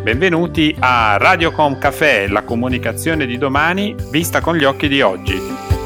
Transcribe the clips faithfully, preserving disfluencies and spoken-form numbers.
Benvenuti a Radiocom Café, la comunicazione di domani vista con gli occhi di oggi.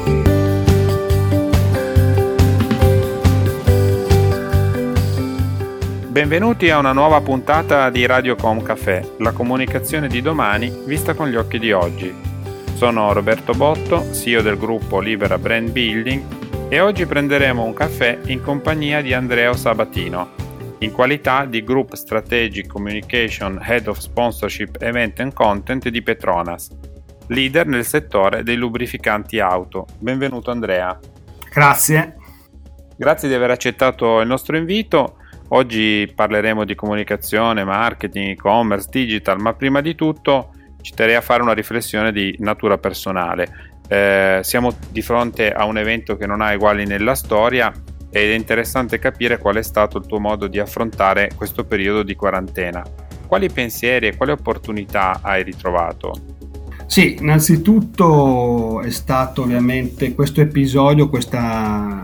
Benvenuti a una nuova puntata di Radiocom Café, la comunicazione di domani vista con gli occhi di oggi. Sono Roberto Botto, C E O del gruppo Libera Brand Building, e oggi prenderemo un caffè in compagnia di Andrea Sabatino, in qualità di Group Strategic Communication Head of Sponsorship Event and Content di Petronas, leader nel settore dei lubrificanti auto. Benvenuto Andrea. Grazie. Grazie di aver accettato il nostro invito. Oggi parleremo di comunicazione, marketing, e-commerce, digital, ma prima di tutto ci terrei a fare una riflessione di natura personale. Eh, siamo di fronte a un evento che non ha eguali nella storia ed è interessante capire qual è stato il tuo modo di affrontare questo periodo di quarantena. Quali pensieri e quali opportunità hai ritrovato? Sì, innanzitutto è stato ovviamente questo episodio, questa,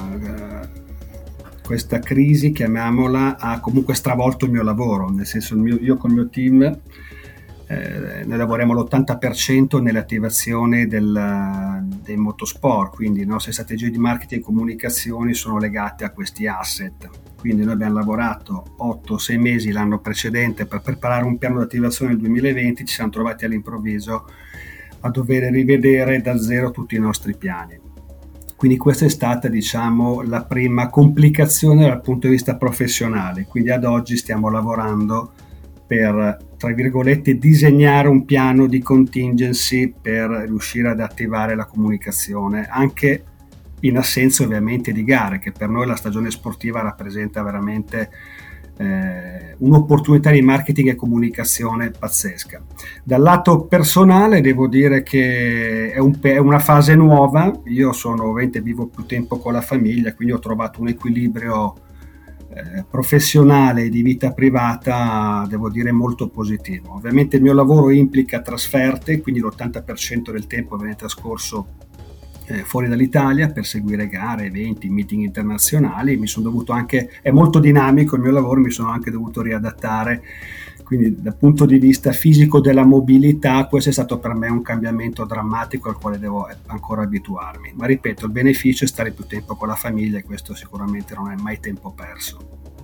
questa crisi, chiamiamola, ha comunque stravolto il mio lavoro, nel senso il mio, io con il mio team Eh, noi lavoriamo l'ottanta per cento nell'attivazione del, dei motorsport, quindi le nostre strategie di marketing e comunicazioni sono legate a questi asset. Quindi noi abbiamo lavorato otto sei mesi l'anno precedente per preparare un piano di attivazione nel duemilaventi, ci siamo trovati all'improvviso a dover rivedere da zero tutti i nostri piani. Quindi questa è stata, diciamo, la prima complicazione dal punto di vista professionale. Quindi ad oggi stiamo lavorando per, tra virgolette, disegnare un piano di contingency per riuscire ad attivare la comunicazione, anche in assenza ovviamente di gare, che per noi la stagione sportiva rappresenta veramente eh, un'opportunità di marketing e comunicazione pazzesca. Dal lato personale devo dire che è, un, è una fase nuova. Io sono ovviamente vivo più tempo con la famiglia, quindi ho trovato un equilibrio Eh, professionale e di vita privata, devo dire, molto positivo. Ovviamente il mio lavoro implica trasferte, quindi l'ottanta per cento del tempo viene trascorso eh, fuori dall'Italia per seguire gare, eventi, meeting internazionali. Mi sono dovuto anche, è molto dinamico il mio lavoro, mi sono anche dovuto riadattare, quindi dal punto di vista fisico della mobilità questo è stato per me un cambiamento drammatico al quale devo ancora abituarmi, ma ripeto, il beneficio è stare più tempo con la famiglia e questo sicuramente non è mai tempo perso.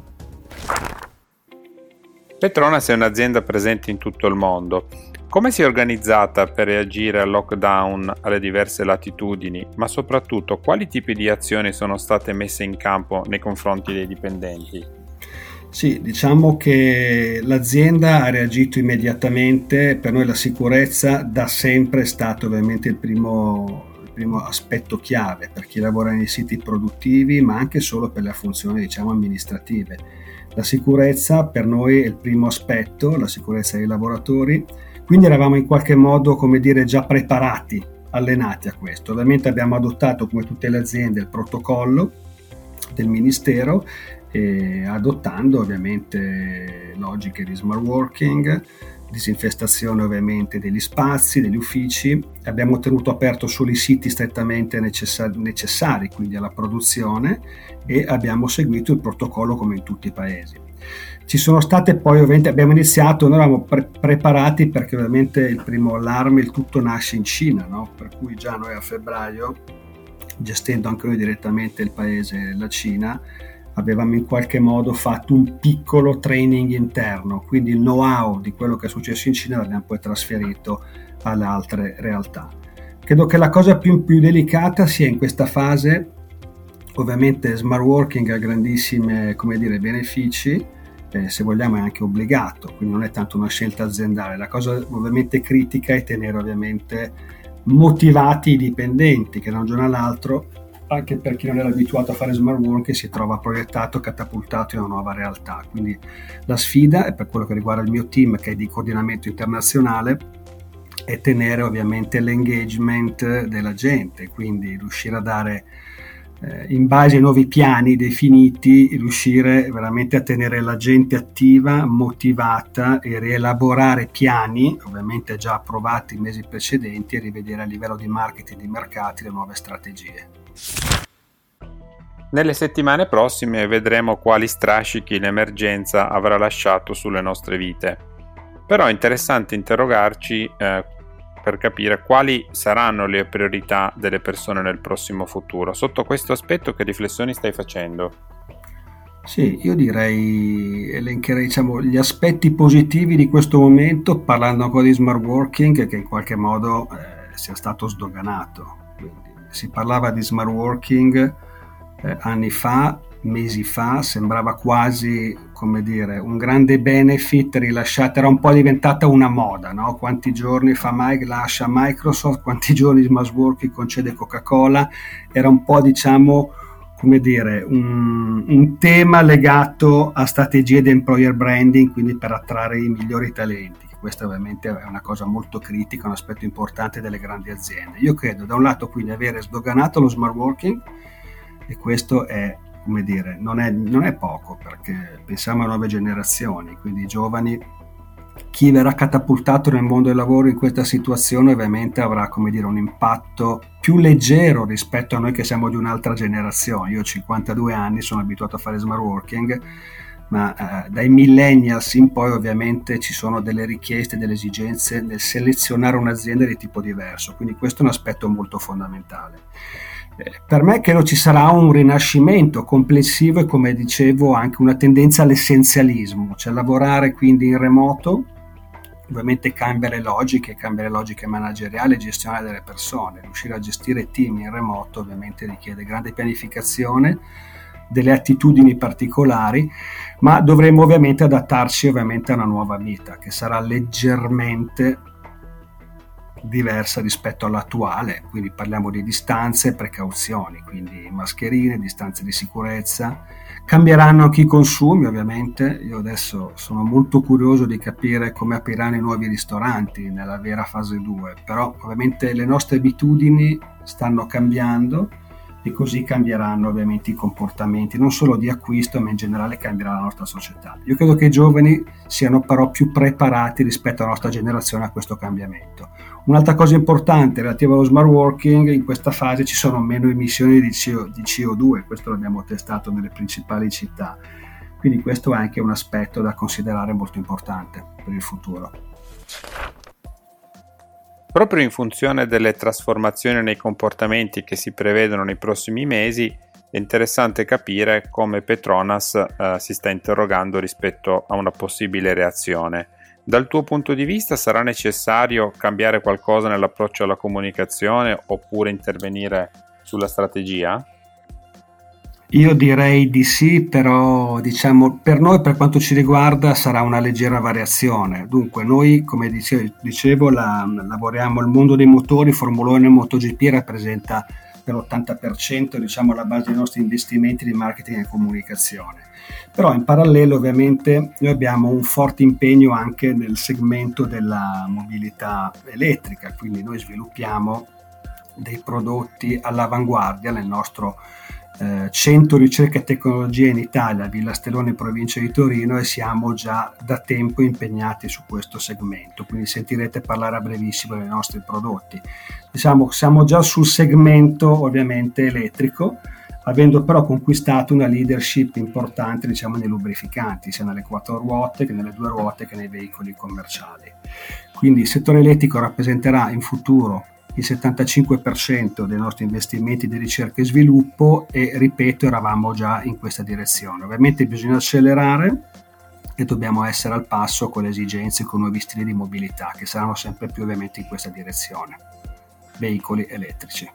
Petronas è un'azienda presente in tutto il mondo. Come si è organizzata per reagire al lockdown alle diverse latitudini, ma soprattutto quali tipi di azioni sono state messe in campo nei confronti dei dipendenti? Sì, diciamo che l'azienda ha reagito immediatamente. Per noi la sicurezza da sempre è stato ovviamente il primo, il primo aspetto chiave per chi lavora nei siti produttivi, ma anche solo per le funzioni, diciamo, amministrative. La sicurezza per noi è il primo aspetto, la sicurezza dei lavoratori, quindi eravamo in qualche modo, come dire, già preparati, allenati a questo. Ovviamente abbiamo adottato, come tutte le aziende, il protocollo del Ministero, e adottando ovviamente logiche di smart working, disinfestazione ovviamente degli spazi, degli uffici. Abbiamo tenuto aperto solo i siti strettamente necessari, necessari quindi alla produzione, e abbiamo seguito il protocollo come in tutti i paesi. Ci sono state poi ovviamente, abbiamo iniziato, noi eravamo pre- preparati perché ovviamente il primo allarme, il tutto nasce in Cina, no? Per cui già noi a febbraio, gestendo anche noi direttamente il paese, la Cina, avevamo in qualche modo fatto un piccolo training interno, quindi il know-how di quello che è successo in Cina l'abbiamo poi trasferito alle altre realtà. Credo che la cosa più, più delicata sia in questa fase, ovviamente smart working ha grandissimi, come dire, benefici, eh, se vogliamo è anche obbligato, quindi non è tanto una scelta aziendale. La cosa ovviamente critica è tenere ovviamente motivati i dipendenti, che da un giorno all'altro, anche per chi non era abituato a fare smart working, si trova proiettato, catapultato in una nuova realtà. Quindi la sfida, e per quello che riguarda il mio team, che è di coordinamento internazionale, è tenere ovviamente l'engagement della gente, quindi riuscire a dare, eh, in base ai nuovi piani definiti, riuscire veramente a tenere la gente attiva, motivata, e rielaborare piani, ovviamente già approvati i mesi precedenti, e rivedere a livello di marketing, di mercati, le nuove strategie. Nelle settimane prossime vedremo quali strascichi l'emergenza avrà lasciato sulle nostre vite. Però è interessante interrogarci eh, per capire quali saranno le priorità delle persone nel prossimo futuro. Sotto questo aspetto, che riflessioni stai facendo? Sì, io direi, elencherei diciamo, gli aspetti positivi di questo momento, parlando ancora di smart working, che in qualche modo eh, sia stato sdoganato. Quindi, si parlava di smart working eh, anni fa, mesi fa, sembrava quasi, come dire, un grande benefit rilasciato, era un po' diventata una moda, no? Quanti giorni fa Mike lascia Microsoft, quanti giorni smart working concede Coca-Cola, era un po', diciamo, come dire, un, un tema legato a strategie di employer branding, quindi per attrarre i migliori talenti. Questa ovviamente è una cosa molto critica, un aspetto importante delle grandi aziende. Io credo da un lato quindi avere sdoganato lo smart working, e questo è, come dire, non è, non è poco, perché pensiamo a nuove generazioni, quindi i giovani. Chi verrà catapultato nel mondo del lavoro in questa situazione ovviamente avrà, come dire, un impatto più leggero rispetto a noi che siamo di un'altra generazione. Io ho cinquantadue anni, sono abituato a fare smart working, ma eh, dai millennials in poi ovviamente ci sono delle richieste, delle esigenze nel selezionare un'azienda di tipo diverso, quindi questo è un aspetto molto fondamentale. Eh, per me credo ci sarà un rinascimento complessivo e, come dicevo, anche una tendenza all'essenzialismo, cioè lavorare quindi in remoto. Ovviamente cambia le logiche, cambia le logiche manageriali e gestionali delle persone. Riuscire a gestire team in remoto ovviamente richiede grande pianificazione, delle attitudini particolari, ma dovremo ovviamente adattarci ovviamente a una nuova vita che sarà leggermente diversa rispetto all'attuale, quindi parliamo di distanze e precauzioni, quindi mascherine, distanze di sicurezza. Cambieranno anche i consumi ovviamente. Io adesso sono molto curioso di capire come apriranno i nuovi ristoranti nella vera fase due, però ovviamente le nostre abitudini stanno cambiando e così cambieranno ovviamente i comportamenti non solo di acquisto, ma in generale cambierà la nostra società. Io credo che i giovani siano però più preparati rispetto alla nostra generazione a questo cambiamento. Un'altra cosa importante relativa allo smart working: in questa fase ci sono meno emissioni di C O due, questo l'abbiamo testato nelle principali città, quindi questo è anche un aspetto da considerare molto importante per il futuro. Proprio in funzione delle trasformazioni nei comportamenti che si prevedono nei prossimi mesi, è interessante capire come Petronas eh, si sta interrogando rispetto a una possibile reazione. Dal tuo punto di vista sarà necessario cambiare qualcosa nell'approccio alla comunicazione oppure intervenire sulla strategia? Io direi di sì, però diciamo per noi, per quanto ci riguarda, sarà una leggera variazione. Dunque noi, come dicevo, dicevo la, lavoriamo il mondo dei motori. Formula uno e MotoGP rappresenta per l'ottanta per cento, diciamo, la base dei nostri investimenti di marketing e comunicazione. Però in parallelo ovviamente noi abbiamo un forte impegno anche nel segmento della mobilità elettrica, quindi noi sviluppiamo dei prodotti all'avanguardia nel nostro eh, centro ricerca e tecnologia in Italia, Villa Stellone in provincia di Torino, e siamo già da tempo impegnati su questo segmento, quindi sentirete parlare a brevissimo dei nostri prodotti. Diciamo, siamo già sul segmento ovviamente elettrico, avendo però conquistato una leadership importante, diciamo, nei lubrificanti, sia nelle quattro ruote che nelle due ruote che nei veicoli commerciali. Quindi il settore elettrico rappresenterà in futuro il settantacinque per cento dei nostri investimenti di ricerca e sviluppo e, ripeto, eravamo già in questa direzione. Ovviamente bisogna accelerare e dobbiamo essere al passo con le esigenze e con nuovi stili di mobilità che saranno sempre più ovviamente in questa direzione. Veicoli elettrici.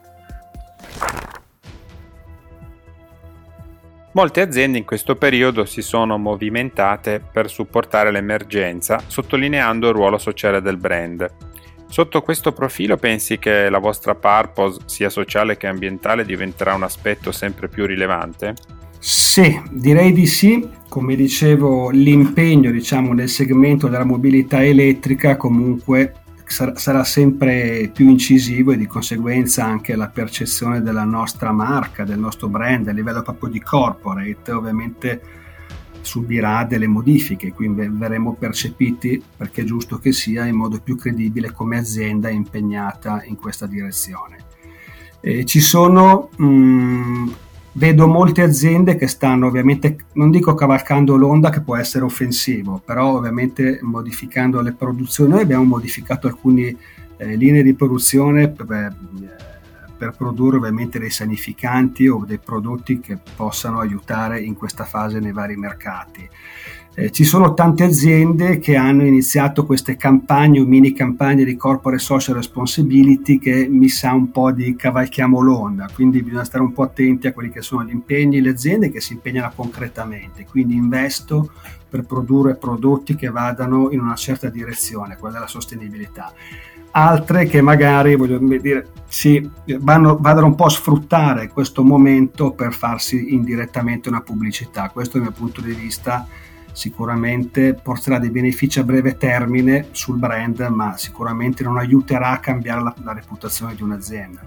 Molte aziende in questo periodo si sono movimentate per supportare l'emergenza, sottolineando il ruolo sociale del brand. Sotto questo profilo pensi che la vostra purpose, sia sociale che ambientale, diventerà un aspetto sempre più rilevante? Sì, direi di sì. Come dicevo, l'impegno, diciamo, nel segmento della mobilità elettrica comunque sarà sempre più incisivo, e di conseguenza anche la percezione della nostra marca, del nostro brand a livello proprio di corporate ovviamente subirà delle modifiche, quindi verremo percepiti, perché è giusto che sia, in modo più credibile come azienda impegnata in questa direzione. E ci sono mh, vedo molte aziende che stanno ovviamente, non dico cavalcando l'onda che può essere offensivo, però ovviamente modificando le produzioni. Noi abbiamo modificato alcune eh, linee di produzione per, per produrre ovviamente dei sanificanti o dei prodotti che possano aiutare in questa fase nei vari mercati. Eh, ci sono tante aziende che hanno iniziato queste campagne o mini campagne di corporate social responsibility che mi sa un po' di cavalchiamo l'onda, quindi bisogna stare un po' attenti a quelli che sono gli impegni, le aziende che si impegnano concretamente, quindi investo per produrre prodotti che vadano in una certa direzione, quella della sostenibilità. Altre che magari, voglio dire, si vanno, vadano un po' a sfruttare questo momento per farsi indirettamente una pubblicità. Questo dal mio punto di vista sicuramente porterà dei benefici a breve termine sul brand, ma sicuramente non aiuterà a cambiare la, la reputazione di un'azienda.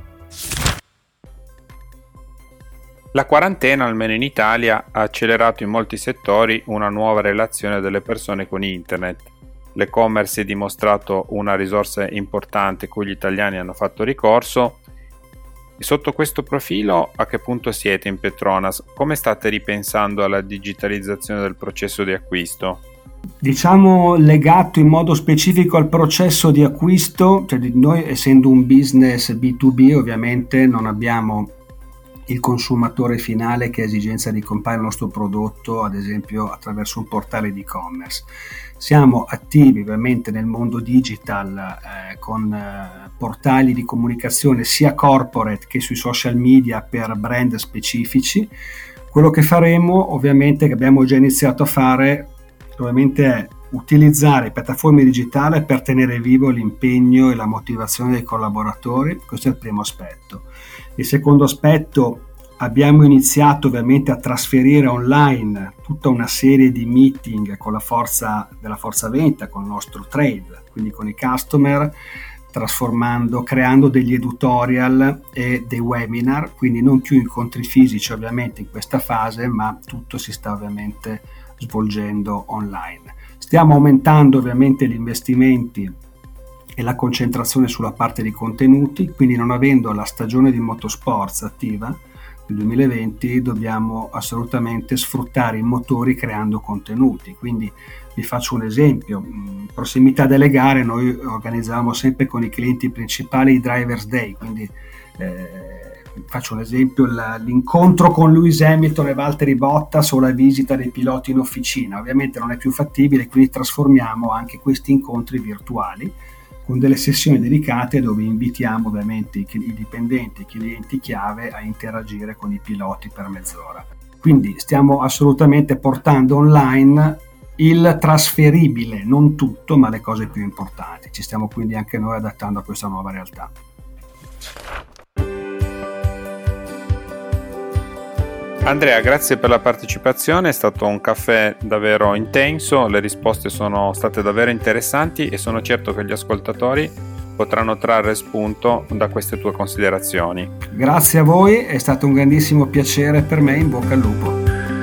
La quarantena, almeno in Italia, ha accelerato in molti settori una nuova relazione delle persone con internet. L'e-commerce si è dimostrato una risorsa importante cui gli italiani hanno fatto ricorso. E sotto questo profilo, a che punto siete in Petronas? Come state ripensando alla digitalizzazione del processo di acquisto? Diciamo legato in modo specifico al processo di acquisto, cioè noi essendo un business B due B ovviamente non abbiamo il consumatore finale che ha esigenza di comprare il nostro prodotto ad esempio attraverso un portale di e-commerce. Siamo attivi ovviamente nel mondo digital eh, con eh, portali di comunicazione sia corporate che sui social media per brand specifici. Quello che faremo ovviamente, che abbiamo già iniziato a fare, ovviamente è utilizzare piattaforme digitali per tenere vivo l'impegno e la motivazione dei collaboratori. Questo è il primo aspetto. Il secondo aspetto, abbiamo iniziato ovviamente a trasferire online tutta una serie di meeting con la forza della forza vendita, con il nostro trade, quindi con i customer, trasformando, creando degli editorial e dei webinar, quindi non più incontri fisici ovviamente in questa fase, ma tutto si sta ovviamente svolgendo online. Stiamo aumentando ovviamente gli investimenti e la concentrazione sulla parte di contenuti, quindi non avendo la stagione di motorsports attiva del duemilaventi dobbiamo assolutamente sfruttare i motori creando contenuti. Quindi vi faccio un esempio, in prossimità delle gare noi organizziamo sempre con i clienti principali i Drivers Day, quindi eh, faccio un esempio, l'incontro con Lewis Hamilton e Valtteri Bottas o la visita dei piloti in officina. Ovviamente non è più fattibile, quindi trasformiamo anche questi incontri virtuali con delle sessioni dedicate dove invitiamo ovviamente i, i dipendenti, i clienti chiave a interagire con i piloti per mezz'ora. Quindi stiamo assolutamente portando online il trasferibile, non tutto, ma le cose più importanti. Ci stiamo quindi anche noi adattando a questa nuova realtà. Andrea, grazie per la partecipazione, è stato un caffè davvero intenso, le risposte sono state davvero interessanti e sono certo che gli ascoltatori potranno trarre spunto da queste tue considerazioni. Grazie a voi, è stato un grandissimo piacere per me, in bocca al lupo.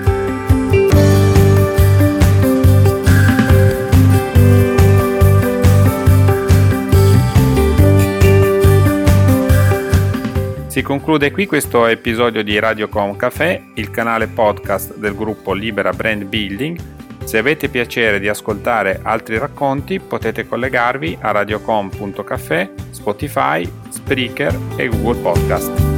Si conclude qui questo episodio di Radiocom Café, il canale podcast del gruppo Libera Brand Building. Se avete piacere di ascoltare altri racconti potete collegarvi a radiocom punto café, Spotify, Spreaker e Google Podcast.